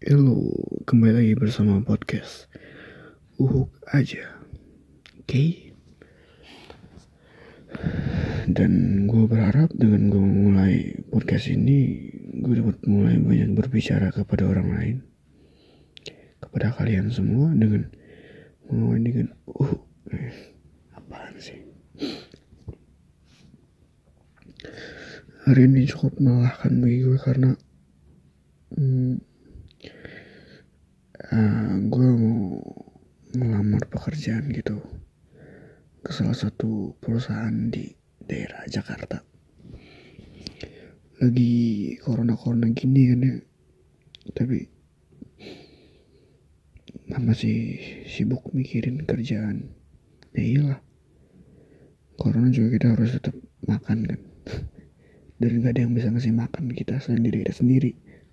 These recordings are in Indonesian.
Halo, kembali lagi bersama podcast Uhuk aja, oke? Dan gue berharap dengan gue mulai podcast ini, gue dapat mulai banyak berbicara kepada orang lain, kepada kalian semua dengan mulai dengan apaan sih? Hari ini cukup melelahkan bagi gue karena gue mau melamar pekerjaan gitu ke salah satu perusahaan di daerah Jakarta. Lagi corona gini kan ya, tapi masih sibuk mikirin kerjaan. Ya iyalah, corona juga kita harus tetap makan kan, dan gak ada yang bisa ngasih makan kita selain diri kita sendiri.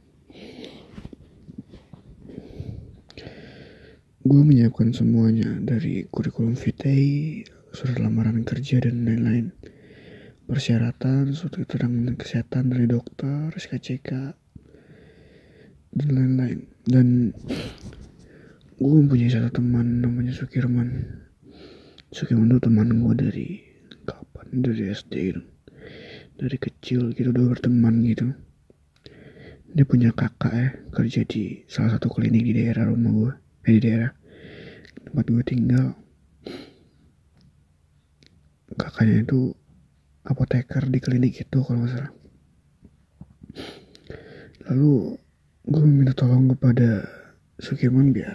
Gue menyiapkan semuanya dari kurikulum vitae, surat lamaran kerja dan lain-lain, persyaratan, surat keterangan kesehatan dari dokter, SKCK, dan lain-lain. Dan gue mempunyai satu teman namanya Sukirman. Sukirman itu teman gue dari kapan? Dari SD gitu. Dari kecil gitu udah berteman gitu. Dia punya kakak ya, kerja di salah satu klinik di daerah rumah gue. Di daerah tempat gue tinggal. Kakaknya itu apoteker di klinik itu kalau gak salah. Lalu gue minta tolong kepada Sukirman biar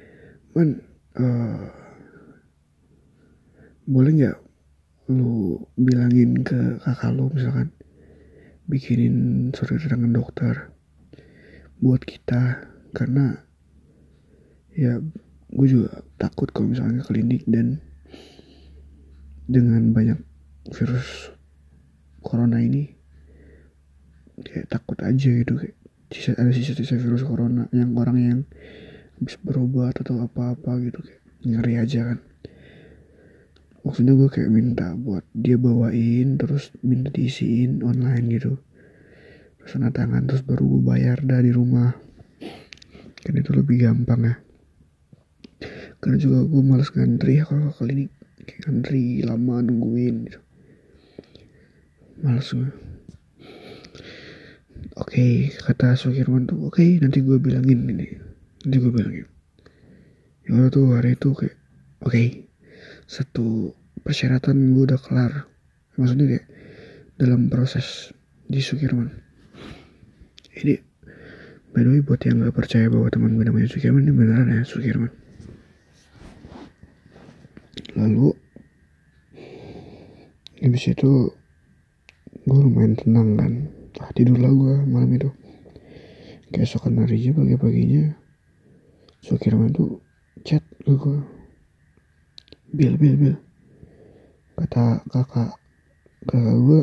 boleh gak lu bilangin ke kakak lu misalkan bikinin surat keterangan dokter buat kita, karena ya gue juga takut kalau misalnya ke klinik dan dengan banyak virus corona ini kayak takut aja gitu, kayak ada sisa-sisa virus corona yang orang yang habis berobat atau apa-apa gitu, kayak ngeri aja kan. Maksudnya gue kayak minta buat dia bawain, terus minta diisiin online gitu, terus tanda tangan, terus baru gue bayar dari rumah, kan itu lebih gampang ya. Karena juga gue males ngantri ya kalau ke klinik, kayak ngantri lama nungguin gitu, males gue. Oke, kata Sukirman tuh oke, nanti gue bilangin ini, nanti gue bilangin. Ya tuh hari itu kayak oke, satu persyaratan gue udah kelar, maksudnya kayak dalam proses di Sukirman. Ini by the way buat yang gak percaya bahwa teman gue namanya Sukirman, ini beneran ya Sukirman. Lalu habis itu gue lumayan tenang kan, tidurlah gue malam itu. Keesokan harinya pagi-paginya Sukirman tuh chat ke gue, Bil kata kakak gue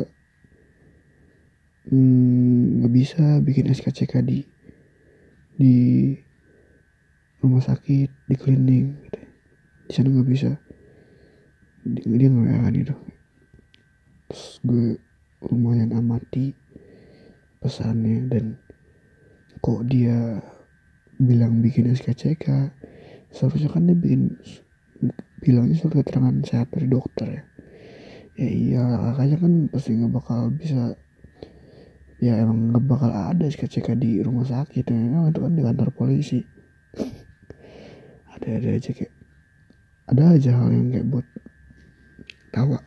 nggak bisa bikin SKCK di rumah sakit, di klinik gitu. Di sana nggak bisa, dia nggak akan itu. Terus gue lumayan amati pesannya, dan kok dia bilang bikin SKCK, seharusnya kan dia bilangnya surat keterangan sehat dari dokter ya. Ya iya, kakaknya kan pasti nggak bakal bisa, ya emang nggak bakal ada SKCK di rumah sakit ya, emang itu kan di kantor polisi. ada aja kayak ada aja hal yang kayak buat tawa.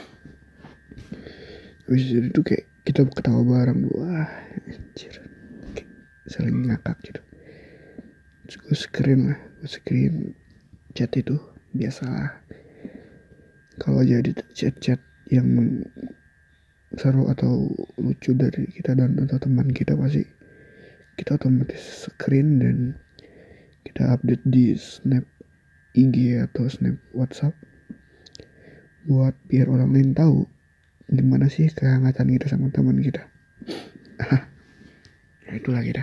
Habis itu kayak kita ketawa bareng, wah anjir, kayak saling ngakak gitu. Terus gue screen chat itu. Biasalah kalau jadi chat yang seru atau lucu dari kita dan atau teman kita, pasti kita otomatis screen dan kita update di snap IG atau snap WhatsApp buat biar orang lain tahu gimana sih kehangatan kita sama teman kita. Nah itulah kita.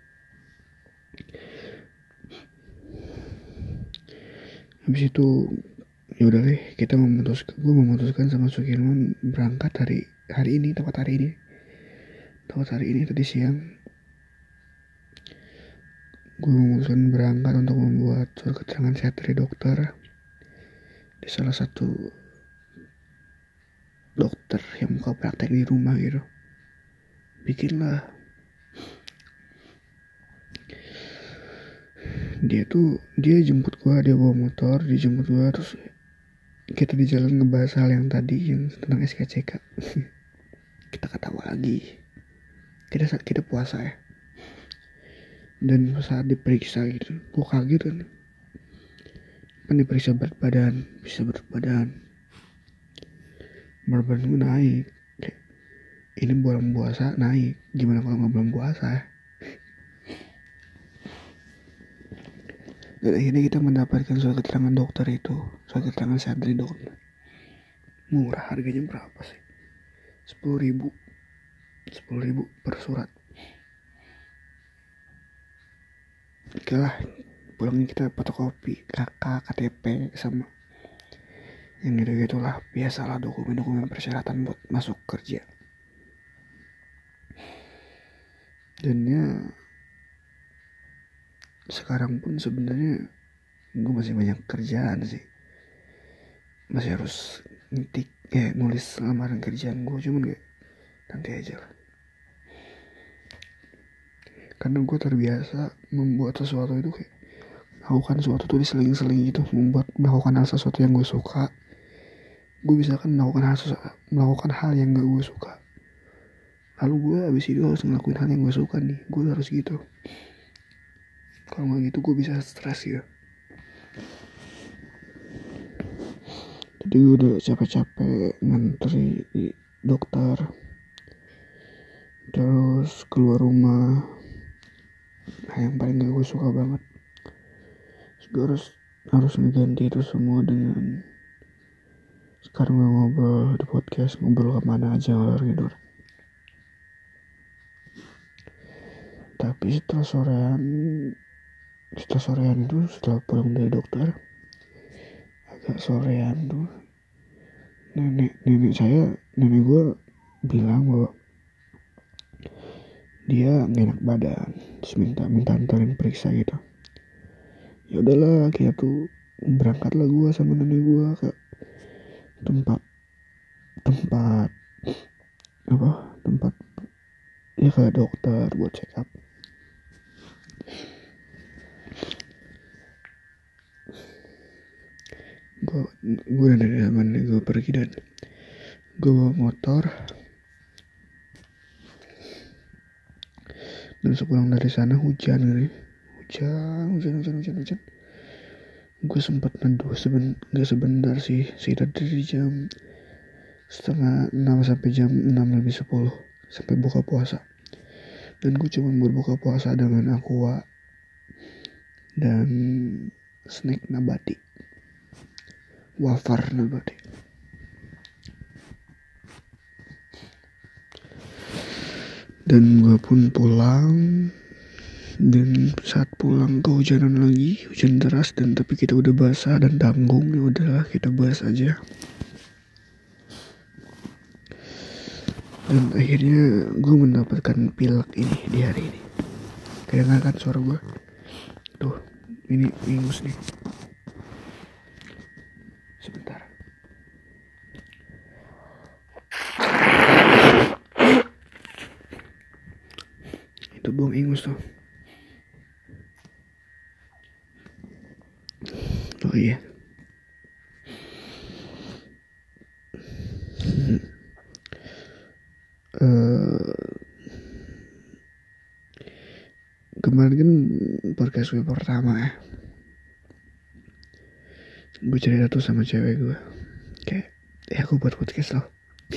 Habis itu ya udah deh, gue memutuskan sama Sukirman berangkat hari ini tepat hari ini tadi siang. gue memutuskan berangkat untuk membuat surat keterangan sehat dari dokter di salah satu dokter yang buka praktek di rumah gitu. Bikinlah. Dia jemput gue, dia bawa motor, dia jemput gue, terus kita di jalan ngebahas hal yang tadi yang tentang SKCK. Kita ketawa lagi. Kita puasa ya. Dan saat diperiksa gitu, gue kaget kan. Kan diperiksa berat badan, berat badan gue naik. Kayak, ini bulan puasa naik, gimana kalau nggak bulan puasa ya? Dan akhirnya kita mendapatkan surat keterangan dokter itu, surat keterangan sehat dari dokter. Murah, harganya berapa sih? 10.000 per surat. Oke lah, pulangnya kita fotokopi KTP sama yang gitu-gitulah, biasalah dokumen-dokumen persyaratan buat masuk kerja. Dan ya sekarang pun sebenarnya gue masih banyak kerjaan sih, masih harus nulis lamaran kerjaan gue, cuman kayak nanti aja lah. Karena gue terbiasa membuat sesuatu itu kayak melakukan sesuatu tuh diseling-seling gitu, melakukan hal sesuatu yang gue suka. Gue bisa kan melakukan hal yang gak gue suka, lalu gue abis itu harus ngelakuin hal yang gue suka nih. Gue harus gitu. Kalau gak gitu gue bisa stres gitu. Jadi gue udah capek-capek ngantri di dokter, terus keluar rumah. Nah yang paling gak gue suka banget, gue harus ngeganti itu semua dengan sekarang gue ngobrol di podcast, ngobrol kemana aja ngalor ngidul. Tapi setelah sorean itu, setelah pulang dari dokter, agak sorean tuh, nenek gue bilang bahwa dia gak enak badan, terus minta antarin periksa gitu. Ya udahlah, kita tuh berangkatlah gue sama nenek gue ke tempat ya ke dokter buat check up. Gue dan dari teman gue pergi dan gue bawa motor. Dan sepulang dari sana hujan. Gue sempat neduh gak sebentar sih, sekitar dari jam 5:30 sampai jam 6:10 sampai buka puasa. Dan gue cuma berbuka puasa dengan aqua dan snack nabati, wafer nabati. Dan gue pun pulang. Dan saat pulang kehujanan lagi, hujan deras, dan tapi kita udah basah dan tanggung. Ya udahlah, kita bahas aja. Dan akhirnya gue mendapatkan pilek ini di hari ini. Kedengaran suara gue? Tuh, ini ingus nih. Sebentar. Itu buang ingus tuh. Oh iya. Kemarin kan podcast gue pertama ya, gue cerita tuh sama cewek gue kayak, aku buat podcast loh.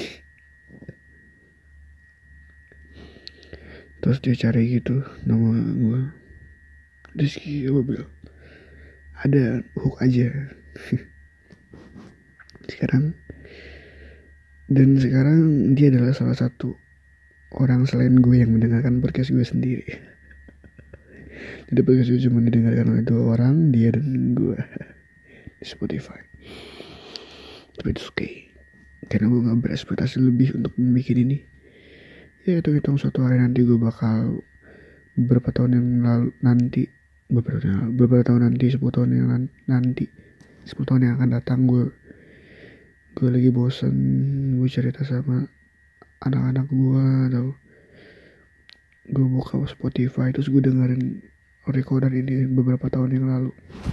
Terus dia cari gitu nama gue, Rizky. Gue bilang ada, hook aja. Sekarang dia adalah salah satu orang selain gue yang mendengarkan podcast gue sendiri. Jadi podcast gue cuma didengarkan oleh 2 orang, dia dan gue, di Spotify. Tapi itu oke, karena gue gak berekspektasi lebih untuk membuat ini. Ya hitung suatu hari nanti gue bakal beberapa tahun yang lalu nanti beberapa tahun nanti, 10 tahun yang nanti, 10 tahun yang akan datang, gue lagi bosen, gue cerita sama anak-anak gue, atau gue buka Spotify terus gue dengerin recordan ini beberapa tahun yang lalu.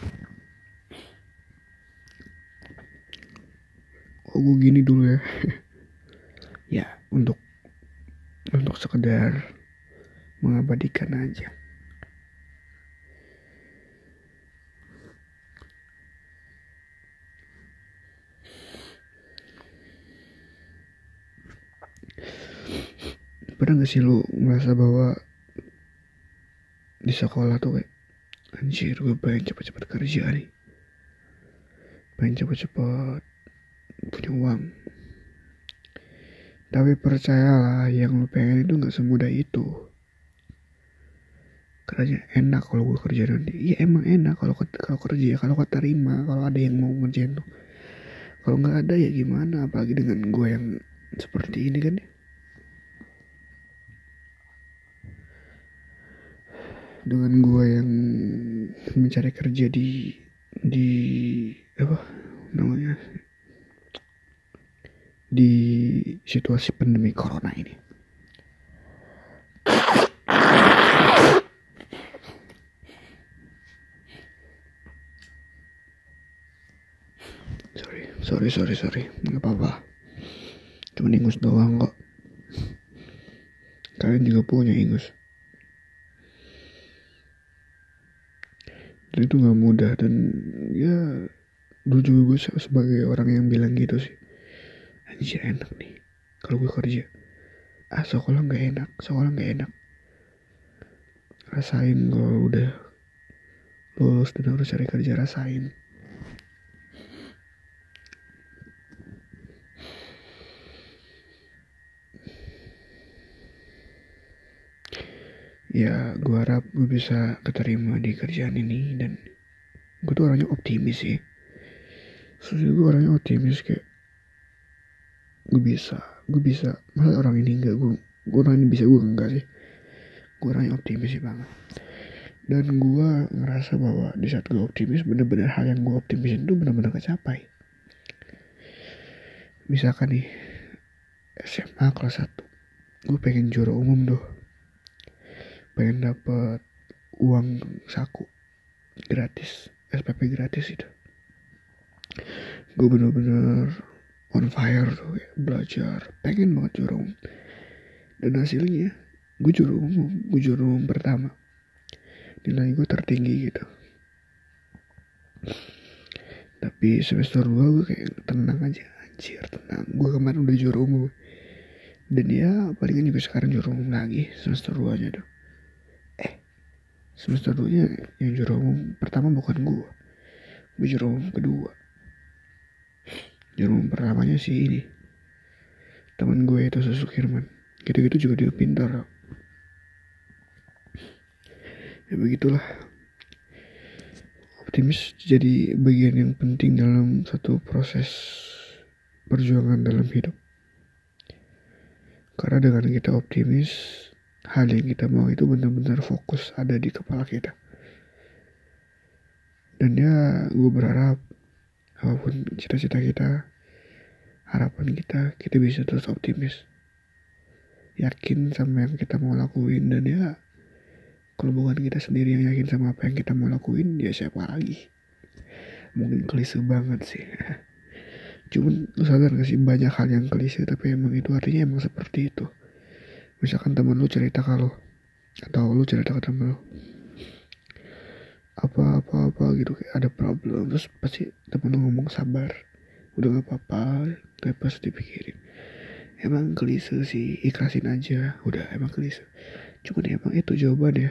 Oh, gue gini dulu ya. Ya, untuk sekedar mengabadikan aja. Pernah gak sih lu merasa bahwa di sekolah tuh kayak, anjir gue pengen cepet-cepet kerja nih, pengen cepet-cepet punya uang. Tapi percayalah, yang lu pengen itu gak semudah itu. Kerjanya enak kalau gue kerja nanti. Iya emang enak kalau kerja, kalau keterima, kalau ada yang mau ngerjain tuh. Kalau nggak ada ya gimana, apalagi dengan gue yang seperti ini kan. Dengan gue yang mencari kerja di apa namanya, di situasi pandemi corona ini. Sorry, nggak apa-apa, cuma ingus doang kok. Kalian juga punya ingus. Dan itu nggak mudah, dan ya dulu juga gue sebagai orang yang bilang gitu sih, anjir enak nih kalau gue kerja. Sekolah nggak enak. Rasain kalau udah lulus dan harus cari kerja, rasain. Ya gue harap gue bisa keterima di kerjaan ini, dan gue tuh orangnya optimis sih. Soalnya gue orangnya optimis, kayak gue bisa. Masa orang ini enggak, gue orang ini bisa, gue enggak sih. Gue orangnya optimis sih banget. Dan gue ngerasa bahwa di saat gue optimis, bener-bener hal yang gue optimisin itu bener-bener kecapai. Misalkan nih SMA kelas 1, gue pengen juara umum tuh, pengen dapet uang saku gratis, SPP gratis itu. Gue bener-bener on fire tuh, kayak belajar, pengen banget juara umum. Dan hasilnya gue juara umum pertama, nilai gue tertinggi gitu. Tapi semester 2 gue kayak tenang aja, anjir tenang, gue kemarin udah juara umum. Dan ya palingan juga sekarang juara umum lagi semester 2 nya tuh. Semester 2 nya yang juara umum pertama bukan gue juara umum kedua. Juara umum pertamanya sih ini, teman gue itu Susuk Hirman. Gitu-gitu juga dia pintar. Ya begitulah, optimis jadi bagian yang penting dalam satu proses perjuangan dalam hidup. Karena dengan kita optimis, hal yang kita mau itu benar-benar fokus ada di kepala kita. Dan ya gue berharap apapun cita-cita kita, harapan kita bisa terus optimis, yakin sama yang kita mau lakuin. Dan ya kalau bukan kita sendiri yang yakin sama apa yang kita mau lakuin, ya siapa lagi. Mungkin klise banget sih. Cuman lu sadar gak sih, banyak hal yang klise tapi emang itu artinya emang seperti itu. Misalkan teman lu cerita ke lu, atau lu cerita ke temen lu apa gitu, kayak ada problem, terus pasti temen lu ngomong sabar, udah gak apa-apa, gak pas dipikirin. Emang klise sih, ikhlasin aja, udah emang klise. Cuman emang itu jawabannya.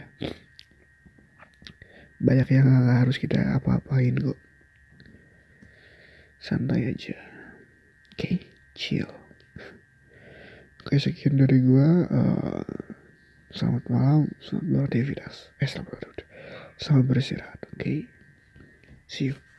Banyak yang gak harus kita apa-apain kok. Santai aja. Oke, chill. Oke, sekian dari gua. Selamat malam, selamat beraktivitas. Selamat beristirahat. Oke, see you.